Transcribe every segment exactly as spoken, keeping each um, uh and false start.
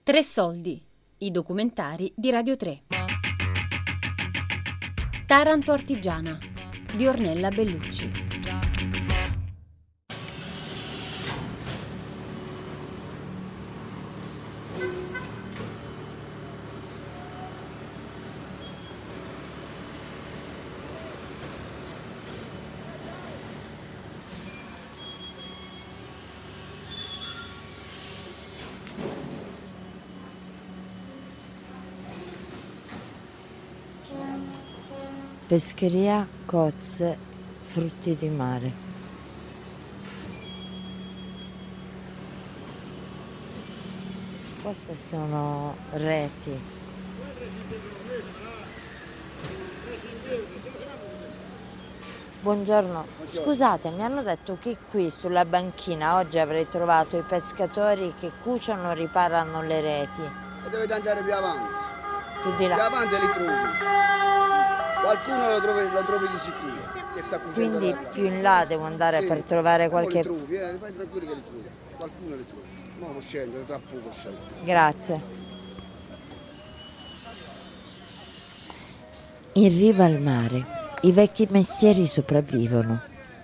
Tre soldi, i documentari di Radio tre. Taranto artigiana di Ornella Bellucci. Pescheria Cozze, frutti di mare. Queste sono reti. Buongiorno, scusate, mi hanno detto che qui sulla banchina oggi avrei trovato i pescatori che cuciono e riparano le reti. E dovete andare più avanti. Più di là. Più avanti li trovi. Qualcuno lo trovi, lo trovi di sicuro. Che sta cucendo. Quindi più in là devo andare sì, per trovare qualche... Li trovi, eh, fai tranquilli che li trovi. Qualcuno li trovi. No, non scendo, tra poco scendo. Grazie. In riva al mare i vecchi mestieri sopravvivono.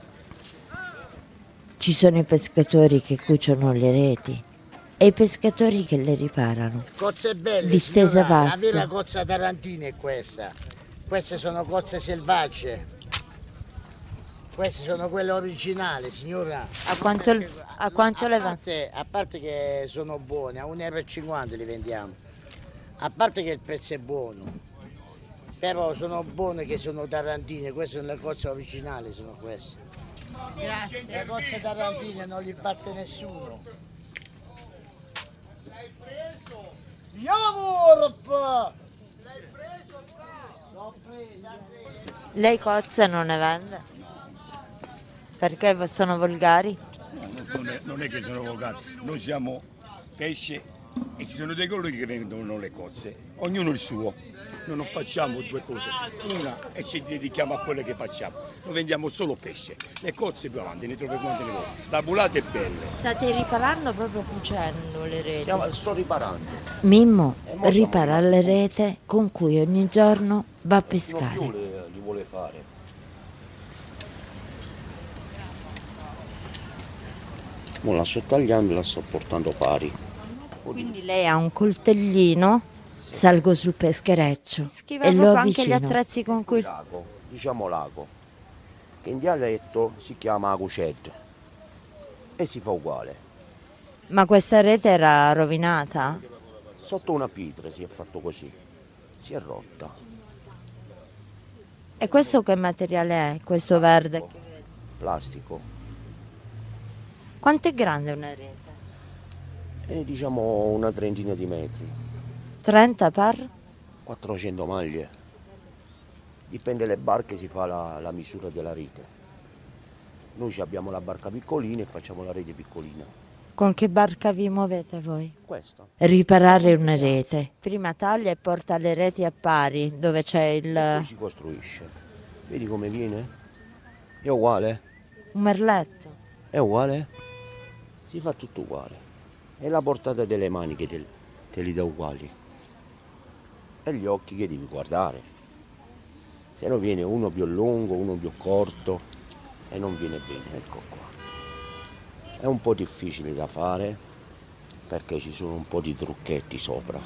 Ci sono i pescatori che cuciono le reti e i pescatori che le riparano. Cozze belle, distesa signora, vasta. la vera cozza tarantina è questa. Queste sono cozze selvagge. Queste sono quelle originali, signora. A quanto, a quanto a le va? parte, a parte che sono buone, a un euro e cinquanta li vendiamo. A parte che il prezzo è buono. Però sono buone che sono tarantine, queste sono le cozze originali, sono queste. Grazie. Le cozze tarantine non li batte nessuno. L'hai preso? Yamurp! L'hai preso, bravo! L'ho presa, presa. Lei cozze non ne vende? Perché sono volgari? No, non, è, non è che sono volgari, noi siamo pesce e ci sono dei colori che vendono le cozze, ognuno il suo. Noi non facciamo due cose, una e ci dedichiamo a quelle che facciamo. Noi vendiamo solo pesce, le cozze più avanti, ne trovi quante ne vuoi, stabulate e belle. State riparando proprio cucendo le reti? Stiamo, sto riparando. Mimmo ripara le rete con cui ogni giorno va a pescare. Non più le, li vuole fare. Ora la sto tagliando e la sto portando pari. Quindi lei ha un coltellino, salgo sul peschereccio Schiva e lo proprio anche gli avvicino. attrezzi con cui... Lago, diciamo lago, che in dialetto si chiama aguced e si fa uguale. Ma questa rete era rovinata? Sotto una pietra si è fatto così, si è rotta. E questo che materiale è? Questo verde? Plastico. Quanto è grande una rete? E diciamo una trentina di metri. trenta per? quattrocento maglie. Dipende dalle barche, si fa la, la misura della rete. Noi abbiamo la barca piccolina e facciamo la rete piccolina. Con che barca vi muovete voi? Questa. Riparare una rete. Prima taglia e porta le reti a pari, dove c'è il... Poi si costruisce. Vedi come viene? È uguale? un merletto. È uguale? Si fa tutto uguale. È la portata delle mani che te, te li dà uguali. E gli occhi che devi guardare. Se no viene uno più lungo, uno più corto e non viene bene. Ecco qua. È un po' difficile da fare perché ci sono un po' di trucchetti sopra.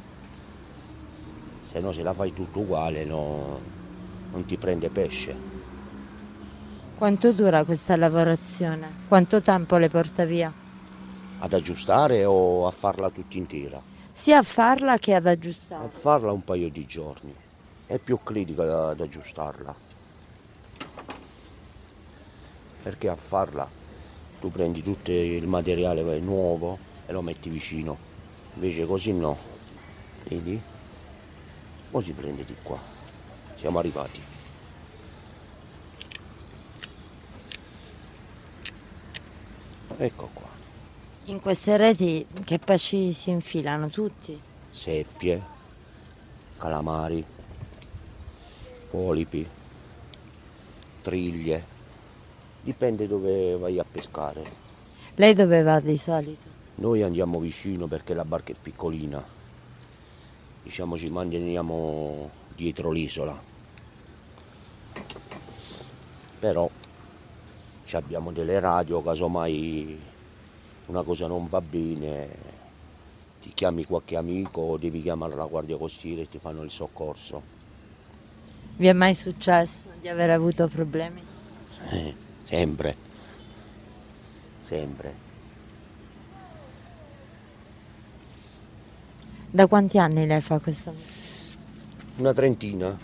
Se no se la fai tutto uguale no, non ti prende pesce. Quanto dura questa lavorazione? Quanto tempo le porta via? Ad aggiustare o a farla tutta intera? Sia a farla che ad A aggiustare. farla un paio di giorni. È più critica da, ad aggiustarla. Perché a farla tu prendi tutto il materiale nuovo e lo metti vicino. Invece così no. Vedi? Ora si prende di qua. Siamo arrivati. Ecco qua. In queste reti che pesci si infilano tutti? Seppie, calamari, polipi, triglie. Dipende dove vai a pescare. Lei dove va di solito? Noi andiamo vicino perché la barca è piccolina, diciamo ci manteniamo dietro l'isola, però abbiamo delle radio, casomai una cosa non va bene, ti chiami qualche amico o devi chiamare la guardia costiera e ti fanno il soccorso. Vi è mai successo di aver avuto problemi? Eh, sempre, sempre. Da quanti anni lei fa questo mestiere? Una trentina.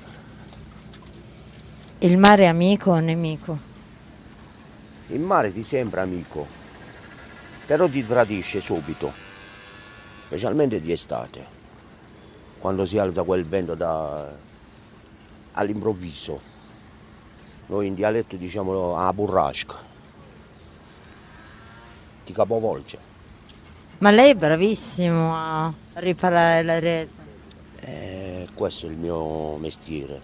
Il mare è amico o nemico? Il mare ti sembra amico, però ti tradisce subito, specialmente di estate, quando si alza quel vento da... all'improvviso. Noi in dialetto diciamo a burrasca, ti capovolge. Ma lei è bravissimo a riparare la rete. Eh, questo è il mio mestiere,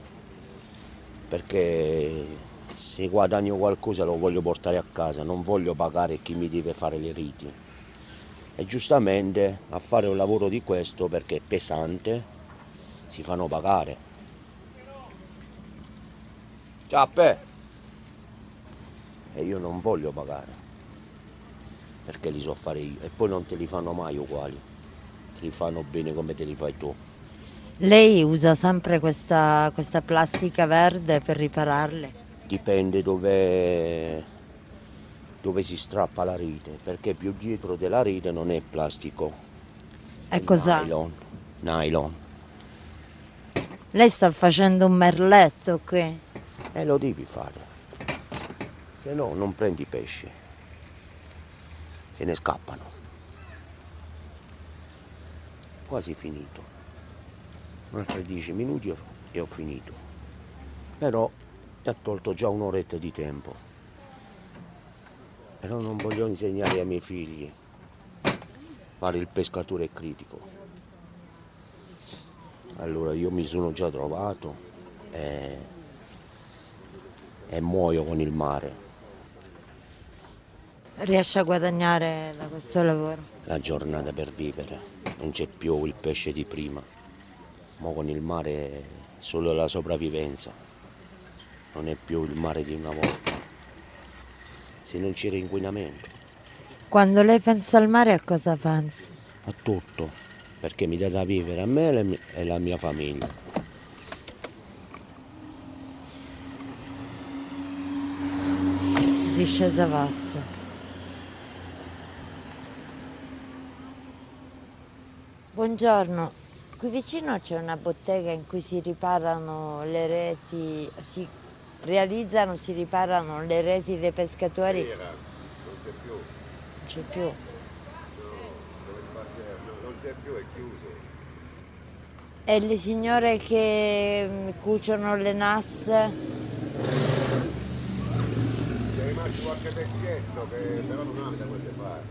perché se guadagno qualcosa lo voglio portare a casa, non voglio pagare chi mi deve fare le riti. E giustamente a fare un lavoro di questo, perché è pesante, si fanno pagare. Ciappe! E io non voglio pagare, perché li so fare io. E poi non te li fanno mai uguali, te li fanno bene come te li fai tu. Lei usa sempre questa, questa plastica verde per ripararle? Dipende dove, dove si strappa la rete, perché più dietro della rete non è plastico, E cos'è? nylon, nylon. Lei sta facendo un merletto qui. E lo devi fare, se no non prendi pesce, se ne scappano. Quasi finito, altri dieci minuti e ho finito, però mi ha tolto già un'oretta di tempo, però non voglio insegnare ai miei figli, fare il pescatore è critico. Allora io mi sono già trovato e, e muoio con il mare. Riesce a guadagnare da questo lavoro? La giornata per vivere, non c'è più il pesce di prima, ma con il mare è solo la sopravvivenza. Non è più il mare di una volta, se non c'era inquinamento. Quando lei pensa al mare a cosa pensa? A tutto, perché mi dà da vivere a me e alla mia famiglia. Discesa Vasso. Buongiorno, qui vicino c'è una bottega in cui si riparano le reti, si realizzano, si riparano le reti dei pescatori. Era, non c'è più. Non c'è più. No, non c'è più, è chiuso. E le signore che mm, cuciono le nasse? C'è rimasto qualche vecchietto che però non abita da quelle parti.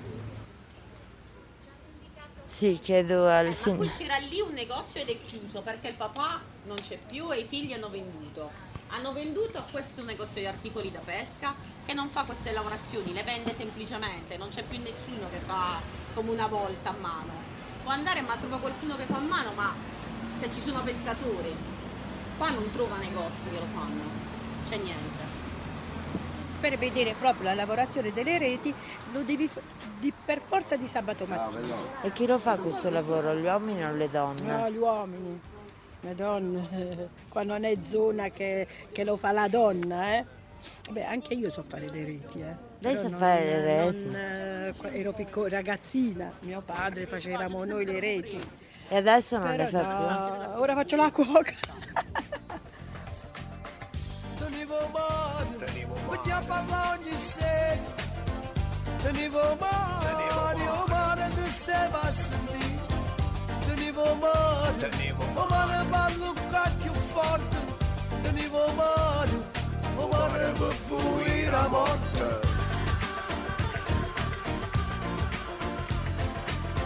Sì, chiedo al Eh, ma signore. qui c'era lì un negozio ed è chiuso perché il papà non c'è più e i figli hanno venduto. Hanno venduto a questo negozio di articoli da pesca che non fa queste lavorazioni, le vende semplicemente, non c'è più nessuno che fa come una volta a mano. Può andare ma trova qualcuno che fa a mano, ma se ci sono pescatori, qua non trova negozi che lo fanno, c'è niente. Per vedere proprio la lavorazione delle reti lo devi f- di, per forza di sabato mattina. E chi lo fa questo lavoro? Gli uomini o le donne? No, gli uomini, le donne, qua non è zona che, che lo fa la donna, eh. Beh, anche io so fare le reti, eh. Lei Però sa non- fare le reti? non, eh, qua- ero piccola, ragazzina, mio padre facevamo noi le reti. E adesso non Però le fa no, ora faccio la cuoca. Tenevo male, metti a parlare ogni sera. Tenevo male, oh male tu stai a sentire. Tenevo male, oh male parlo più forte. Tenevo male, oh male per fuggire la morte.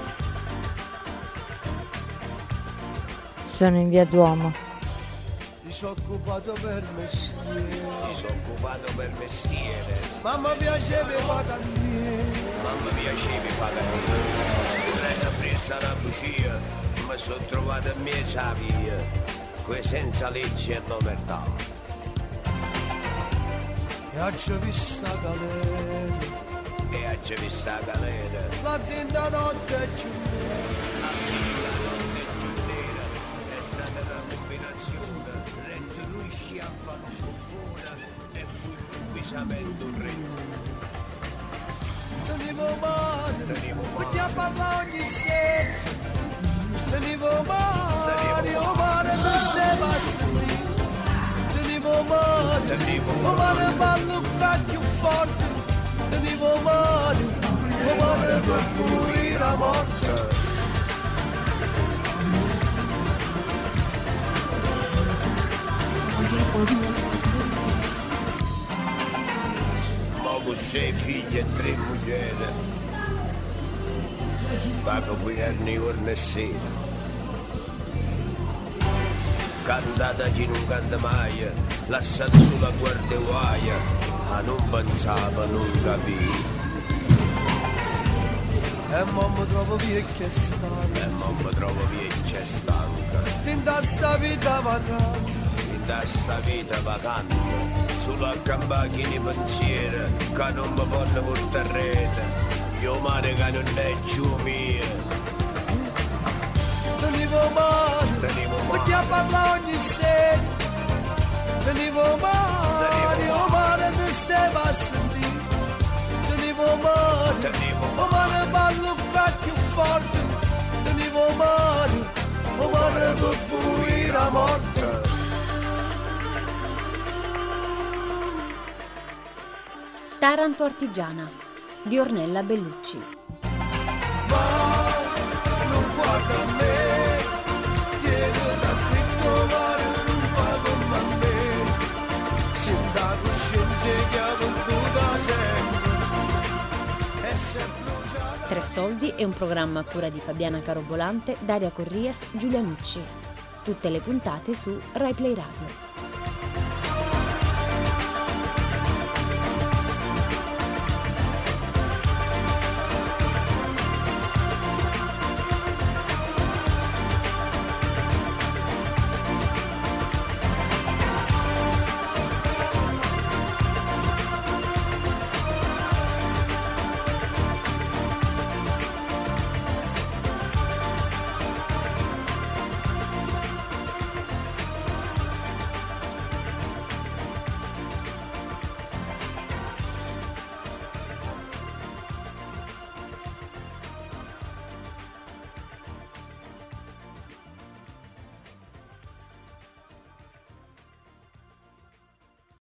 Sono in via Duomo. sono occupato per mestiere. Mi sono occupato per mestiere. Mamma piaceva fare cantiere. Mamma piaceva fare cantiere. Vorrei aprire la bugia, mi sono trovato in mezzo alla via, qui senza legge e nomertà. E oggi ho visto la galera. E oggi ho visto la galera. La tinta notte è giù nera. La tinta notte è giù nera. È stata una combinazione. Rendo lui schiaffa non buffona e fu improvvisamente un re. Tenevo male, Tenevo male. perché a parlare ogni sera. Tenevo male, o male non stava a sentire. Tenevo male, Tenevo o male ballo cacchio forte. Tenevo male, o male per fuori la morte. Mo con sei figli e tre mugliere. Pago finirne giorno e sera. Cantata chi non canta mai, lasciata sulla guardia, a non pensava, non capì. E mo mi trovo vecchia e stanca. E mo mi trovo vecchia e stanca. In sta vita vacante. In sta vita vacante. Sulla campagna di pensiero, che non mi fanno portare rete. Io mare che non è più mia. Tenevo male, Tenevo male. perché a parlare ogni sera. Tenevo male, o male non stava a sentire. Tenevo male, Tenevo o male ballo cacchio forte. Tenevo male, o male per fuori la morte. Taranto artigiana di Ornella Bellucci. Ma non guarda a me, chiedo l'affitto ma non fa come a me. Senta coscienza che ha voluto sempre, è sempre bruciata. Tre soldi è un programma a cura di Fabiana Carobolante, Daria Corries, Giulia Nucci. Tutte le puntate su Rai Play Radio.